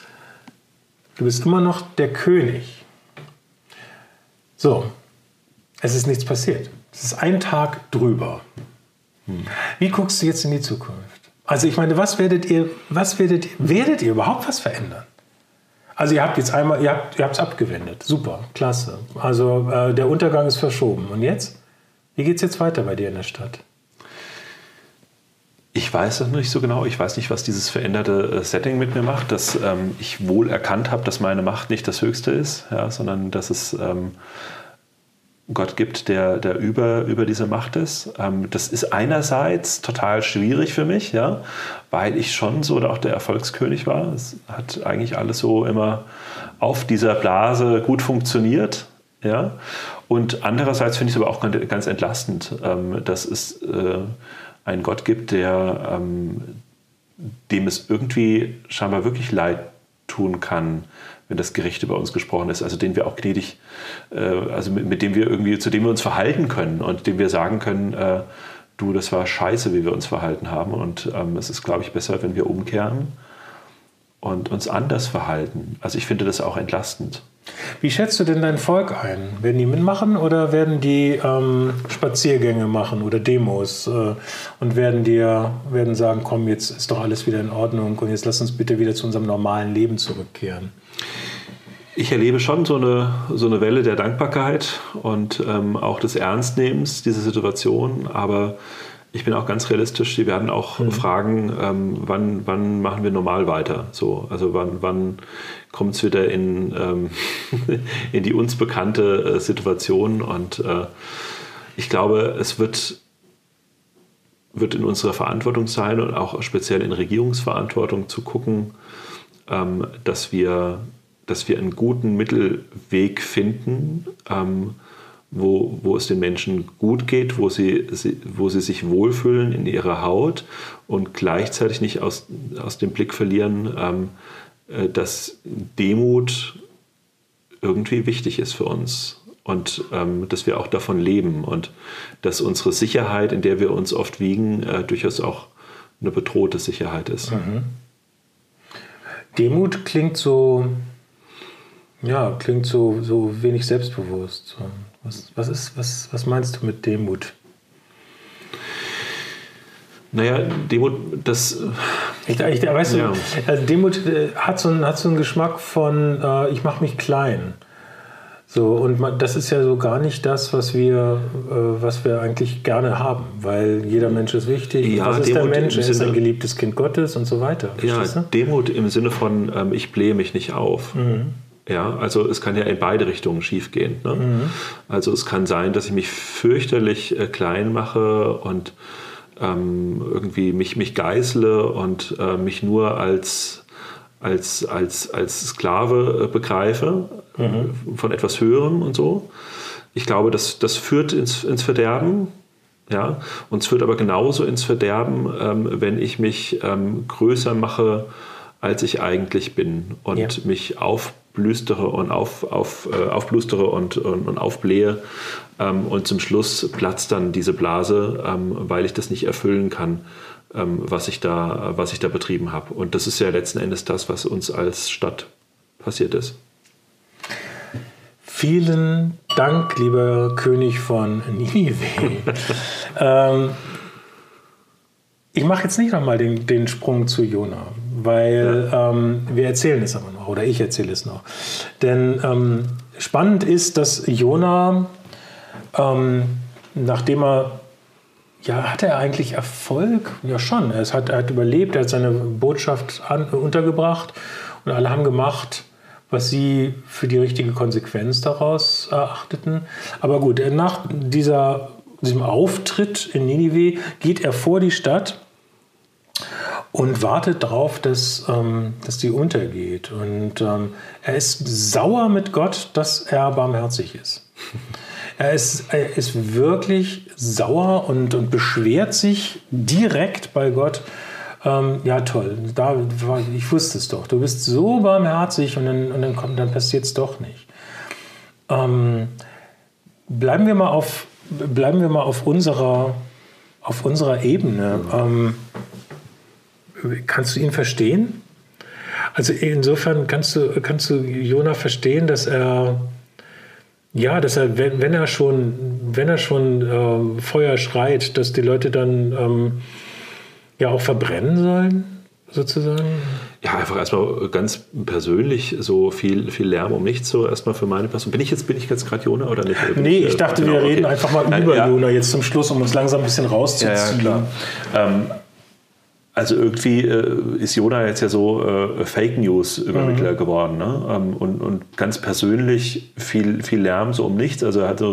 du bist immer noch der König. So, Es ist nichts passiert. Es ist ein Tag drüber. Wie guckst du jetzt in die Zukunft? Also ich meine, werdet ihr überhaupt was verändern? Also ihr habt es abgewendet. Super, klasse. Also der Untergang ist verschoben. Und jetzt? Wie geht es jetzt weiter bei dir in der Stadt? Ich weiß das nicht so genau. Ich weiß nicht, was dieses veränderte Setting mit mir macht, dass ich wohl erkannt habe, dass meine Macht nicht das Höchste ist, ja, sondern dass es Gott gibt, der über diese Macht ist. Das ist einerseits total schwierig für mich, ja, weil ich schon so auch der Erfolgskönig war. Es hat eigentlich alles so immer auf dieser Blase gut funktioniert. Ja. Und andererseits finde ich es aber auch ganz entlastend, dass es einen Gott gibt, dem es irgendwie scheinbar wirklich leid tun kann, wenn das Gericht über uns gesprochen ist, also den wir auch gnädig, also mit dem wir irgendwie, zu dem wir uns verhalten können und dem wir sagen können, du, das war scheiße, wie wir uns verhalten haben, und es ist, glaube ich, besser, wenn wir umkehren und uns anders verhalten. Also ich finde das auch entlastend. Wie schätzt du denn dein Volk ein? Werden die mitmachen oder werden die Spaziergänge machen oder Demos und werden sagen, komm, jetzt ist doch alles wieder in Ordnung und jetzt lass uns bitte wieder zu unserem normalen Leben zurückkehren? Ich erlebe schon so eine Welle der Dankbarkeit und auch des Ernstnehmens dieser Situation, aber ich bin auch ganz realistisch, die werden auch fragen, wann machen wir normal weiter? So, also wann kommt es wieder in die uns bekannte Situation? Und ich glaube, es wird in unserer Verantwortung sein und auch speziell in Regierungsverantwortung zu gucken, dass wir einen guten Mittelweg finden, wo es den Menschen gut geht, wo sie sich wohlfühlen in ihrer Haut und gleichzeitig nicht aus dem Blick verlieren, dass Demut irgendwie wichtig ist für uns und dass wir auch davon leben und dass unsere Sicherheit, in der wir uns oft wiegen, durchaus auch eine bedrohte Sicherheit ist. Mhm. Demut klingt so wenig selbstbewusst. Was meinst du mit Demut? Naja, Demut, das... Weißt du, also Demut hat so einen Geschmack von, ich mache mich klein. So, und das ist ja so gar nicht das, was wir eigentlich gerne haben, weil jeder Mensch ist wichtig. Ja, was ist Demut der Mensch? Er ist ein geliebtes Kind Gottes und so weiter. Ja, Demut im Sinne von, ich blähe mich nicht auf. Mhm. Ja, also es kann ja in beide Richtungen schief gehen. Ne? Mhm. Also es kann sein, dass ich mich fürchterlich klein mache und irgendwie mich geißle und mich nur als Sklave begreife von etwas Höherem und so. Ich glaube, das führt ins Verderben. Ja? Und es führt aber genauso ins Verderben, wenn ich mich größer mache, als ich eigentlich bin und mich aufblüstere und aufblustere und aufblähe und zum Schluss platzt dann diese Blase, weil ich das nicht erfüllen kann, was ich da betrieben habe. Und das ist ja letzten Endes das, was uns als Stadt passiert ist. Vielen Dank, lieber König von Ninive. Ich mache jetzt nicht nochmal den Sprung zu Jona, weil wir erzählen es aber noch, oder ich erzähle es noch. Denn spannend ist, dass Jona, nachdem hat er eigentlich Erfolg? Ja schon, er hat überlebt, er hat seine Botschaft untergebracht und alle haben gemacht, was sie für die richtige Konsequenz daraus erachteten. Aber gut, nach diesem Auftritt in Ninive geht er vor die Stadt und wartet darauf, dass die untergeht. Und er ist sauer mit Gott, dass er barmherzig ist. Er ist wirklich sauer und beschwert sich direkt bei Gott. Ja, toll, ich wusste es doch. Du bist so barmherzig und dann passiert es doch nicht. Bleiben wir mal auf unserer Ebene. Kannst du ihn verstehen? Also insofern kannst du Jona verstehen, dass er Ja, dass er, wenn er schon Feuer schreit, dass die Leute dann ja auch verbrennen sollen, sozusagen. Ja, einfach erstmal ganz persönlich so viel Lärm um nichts, so erstmal für meine Person. Bin ich jetzt gerade Jona oder nicht? Nee, ich dachte, wir reden einfach mal über Jona jetzt zum Schluss, um uns langsam ein bisschen rauszuziehen. Ja, klar. Also irgendwie ist Jona jetzt ja so Fake News Übermittler geworden, ne? Und ganz persönlich viel Lärm so um nichts. Also er hat so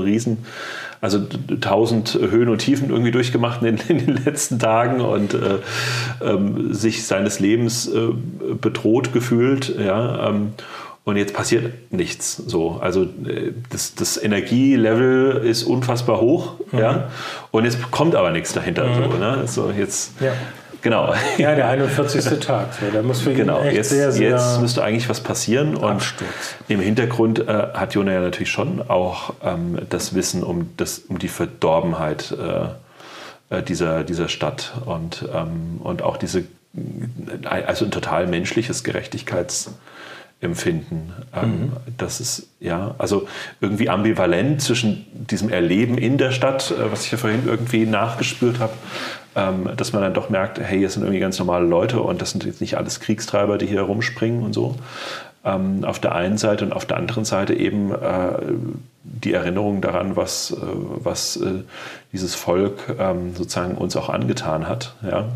1000 Höhen und Tiefen irgendwie durchgemacht in den letzten Tagen und sich seines Lebens bedroht gefühlt, ja. Und jetzt passiert nichts. So. Also das Energielevel ist unfassbar hoch, ja. Und jetzt kommt aber nichts dahinter. So, ne? So jetzt. Ja. Genau. Ja, der 41. Tag. So, da muss für ihn echt jetzt müsste eigentlich was passieren. Und Absturz. Im Hintergrund hat Jona ja natürlich schon auch das Wissen um die Verdorbenheit dieser Stadt und auch also ein total menschliches Gerechtigkeitsempfinden. Das ist ja also irgendwie ambivalent zwischen diesem Erleben in der Stadt, was ich ja vorhin irgendwie nachgespürt habe, dass man dann doch merkt, hey, hier sind irgendwie ganz normale Leute und das sind jetzt nicht alles Kriegstreiber, die hier rumspringen und so. Auf der einen Seite und auf der anderen Seite eben die Erinnerung daran, was dieses Volk sozusagen uns auch angetan hat. Ja?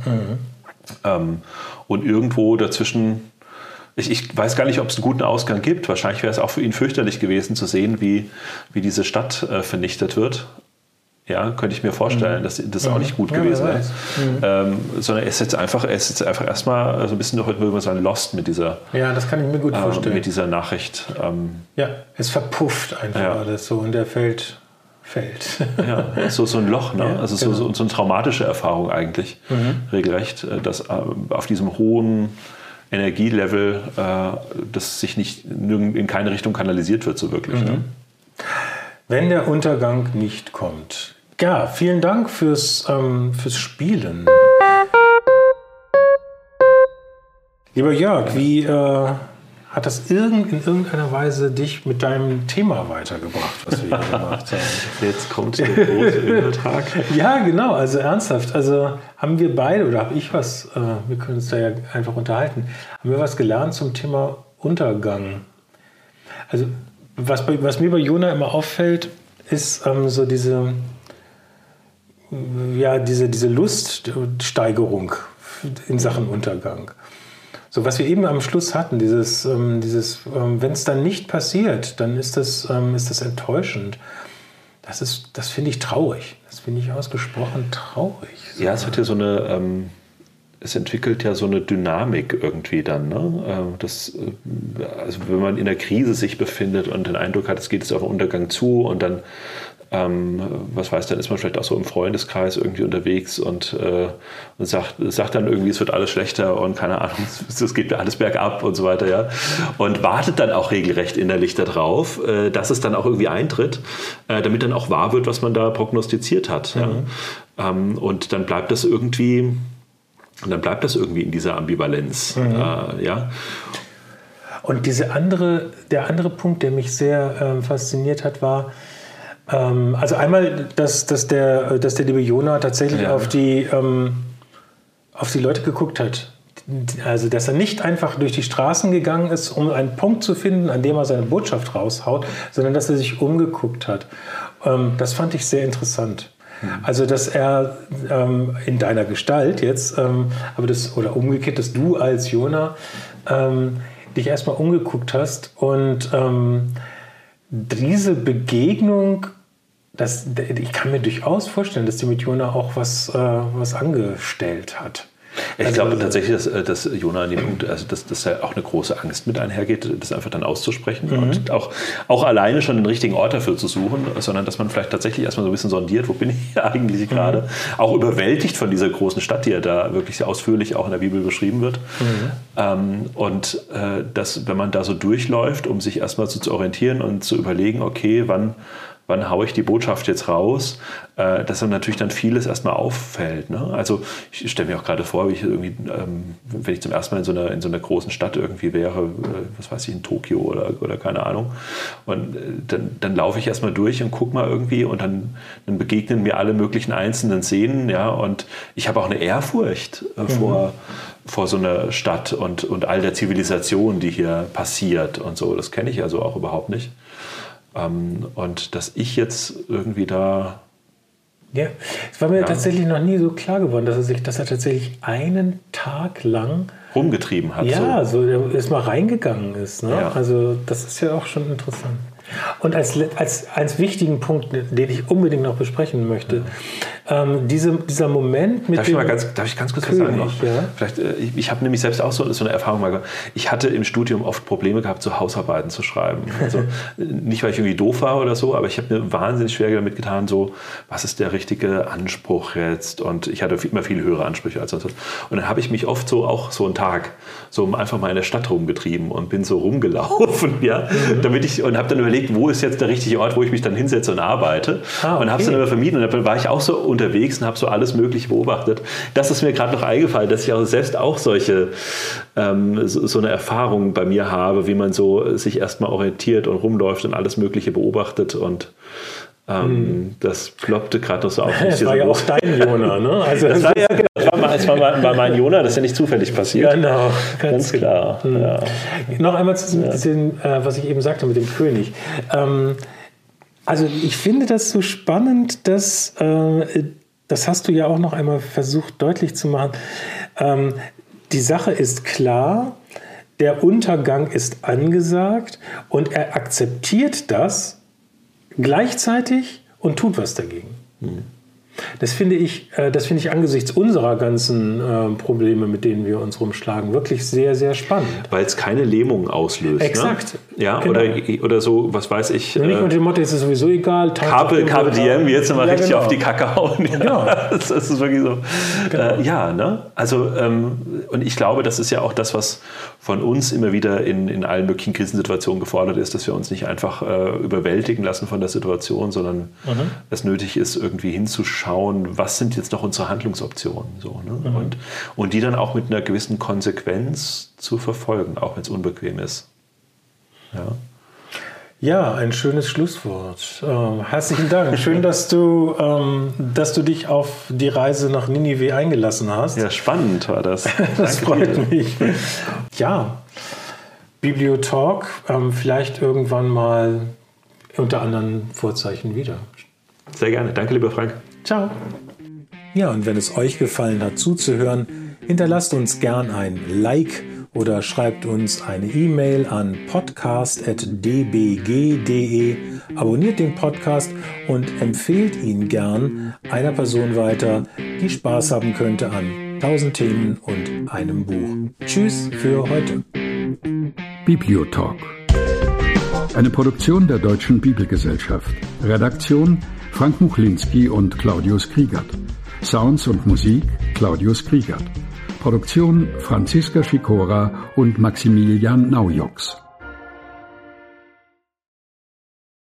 Und irgendwo dazwischen, ich weiß gar nicht, ob es einen guten Ausgang gibt. Wahrscheinlich wäre es auch für ihn fürchterlich gewesen zu sehen, wie diese Stadt vernichtet wird. Ja, könnte ich mir vorstellen, dass das auch nicht gut gewesen wäre. Sondern er ist jetzt einfach erstmal so ein bisschen, heute würde man sagen, lost mit dieser, das kann ich mir gut vorstellen. Mit dieser Nachricht. Ja, es verpufft einfach alles so und der fällt. Ja, so ein Loch, ne? Ja, also genau. so eine traumatische Erfahrung eigentlich, regelrecht, dass auf diesem hohen Energielevel das sich nicht in keine Richtung kanalisiert wird, so wirklich. Ne? Wenn der Untergang nicht kommt. Ja, vielen Dank fürs Spielen. Lieber Jörg, wie hat das in irgendeiner Weise dich mit deinem Thema weitergebracht, was wir hier gemacht haben? Jetzt kommt der große Übertrag. Ja, genau, also ernsthaft. Also haben wir beide, oder habe ich was, wir können uns da ja einfach unterhalten, haben wir was gelernt zum Thema Untergang? Also was mir bei Jona immer auffällt, ist so diese Luststeigerung in Sachen Untergang. So, was wir eben am Schluss hatten, wenn es dann nicht passiert, dann ist das enttäuschend. Das finde ich traurig. Das finde ich ausgesprochen traurig. So. Ja, es hat ja es entwickelt ja so eine Dynamik irgendwie dann. Ne? Also wenn man in der Krise sich befindet und den Eindruck hat, es geht jetzt auf den Untergang zu und dann, dann ist man vielleicht auch so im Freundeskreis irgendwie unterwegs und sagt dann irgendwie, es wird alles schlechter und keine Ahnung, es geht alles bergab und so weiter. Ja? Und wartet dann auch regelrecht innerlich darauf, dass es dann auch irgendwie eintritt, damit dann auch wahr wird, was man da prognostiziert hat. Ja? Und dann bleibt das irgendwie in dieser Ambivalenz. Ja. Und der andere Punkt, der mich sehr fasziniert hat, war, also einmal, dass der liebe Jona tatsächlich auf die Leute geguckt hat. Also, dass er nicht einfach durch die Straßen gegangen ist, um einen Punkt zu finden, an dem er seine Botschaft raushaut, sondern dass er sich umgeguckt hat. Das fand ich sehr interessant. Also, dass er in deiner Gestalt jetzt, oder umgekehrt, dass du als Jona dich erstmal umgeguckt hast und diese Begegnung, ich kann mir durchaus vorstellen, dass die mit Jona auch was angestellt hat. Ich glaube tatsächlich, dass Jona an dem Punkt, also dass da auch eine große Angst mit einhergeht, das einfach dann auszusprechen und auch alleine schon den richtigen Ort dafür zu suchen, sondern dass man vielleicht tatsächlich erstmal so ein bisschen sondiert, wo bin ich hier eigentlich gerade, auch überwältigt von dieser großen Stadt, die ja da wirklich sehr ausführlich auch in der Bibel beschrieben wird. Und dass, wenn man da so durchläuft, um sich erstmal so zu orientieren und zu überlegen, okay, wann wann haue ich die Botschaft jetzt raus, dass dann natürlich dann vieles erstmal auffällt. Ne? Also ich stelle mir auch gerade vor, wie ich irgendwie, wenn ich zum ersten Mal in so einer großen Stadt irgendwie wäre, was weiß ich, in Tokio oder keine Ahnung, und dann laufe ich erstmal durch und gucke mal irgendwie und dann begegnen mir alle möglichen einzelnen Szenen, ja, und ich habe auch eine Ehrfurcht vor so einer Stadt und all der Zivilisation, die hier passiert und so. Das kenne ich also auch überhaupt nicht. Und dass ich jetzt irgendwie da... Ja, es war mir tatsächlich noch nie so klar geworden, dass er tatsächlich einen Tag lang rumgetrieben hat. Ja, so erstmal reingegangen ist. Ne? Ja. Also das ist ja auch schon interessant. Und als wichtigen Punkt, den ich unbedingt noch besprechen möchte, dieser Moment mit Darf ich ganz kurz was sagen noch? Ja? Vielleicht, ich habe nämlich selbst auch so eine Erfahrung mal gemacht. Ich hatte im Studium oft Probleme gehabt, so Hausarbeiten zu schreiben. Also nicht, weil ich irgendwie doof war oder so, aber ich habe mir wahnsinnig schwer damit getan, so, was ist der richtige Anspruch jetzt? Und ich hatte immer viel höhere Ansprüche als sonst was. Und dann habe ich mich oft auch so einen Tag so einfach mal in der Stadt rumgetrieben und bin so rumgelaufen, ja, und habe dann überlegt, wo ist jetzt der richtige Ort, wo ich mich dann hinsetze und arbeite. Und habe es dann aber vermieden. Und dann war ich auch so unterwegs und habe so alles Mögliche beobachtet. Das ist mir gerade noch eingefallen, dass ich auch selbst auch solche so eine Erfahrung bei mir habe, wie man so sich erstmal orientiert und rumläuft und alles Mögliche beobachtet und das ploppte gerade noch so auf. Das war ja auch dein Jona, ne? Also das war mein Jona, das ist ja nicht zufällig passiert. Genau, ganz klar. Ja. Noch einmal zu dem, was ich eben sagte mit dem König. Also ich finde das so spannend, dass, das hast du ja auch noch einmal versucht deutlich zu machen, die Sache ist klar, der Untergang ist angesagt und er akzeptiert das gleichzeitig und tut was dagegen. Das finde ich angesichts unserer ganzen Probleme, mit denen wir uns rumschlagen, wirklich sehr, sehr spannend. Weil es keine Lähmung auslöst. Exakt. Ne? Ja, genau. oder so, was weiß ich. Nicht mit dem Motto, ist es sowieso egal. Carpe diem, jetzt nochmal richtig auf die Kacke hauen. Ja, genau. Das ist wirklich so. Genau. Ja, ne? Also, und ich glaube, das ist ja auch das, was von uns immer wieder in allen möglichen Krisensituationen gefordert ist, dass wir uns nicht einfach überwältigen lassen von der Situation, sondern es nötig ist, irgendwie hinzuschauen, was sind jetzt noch unsere Handlungsoptionen, so, ne? Und die dann auch mit einer gewissen Konsequenz zu verfolgen, auch wenn es unbequem ist. Ja, ein schönes Schlusswort. Herzlichen Dank. Schön, dass du dich auf die Reise nach Ninive eingelassen hast. Ja, spannend war das. Das freut mich. Ja, Bibliotalk, vielleicht irgendwann mal unter anderen Vorzeichen wieder. Sehr gerne. Danke, lieber Frank. Ciao. Ja, und wenn es euch gefallen hat, zuzuhören, hinterlasst uns gern ein Like oder schreibt uns eine E-Mail an podcast@dbg.de, abonniert den Podcast und empfehlt ihn gern einer Person weiter, die Spaß haben könnte an 1000 Themen und einem Buch. Tschüss für heute. Bibliotalk. Eine Produktion der Deutschen Bibelgesellschaft. Redaktion Frank Muchlinski und Claudius Kriegert. Sounds und Musik Claudius Kriegert. Produktion Franziska Schikora und Maximilian Naujoks.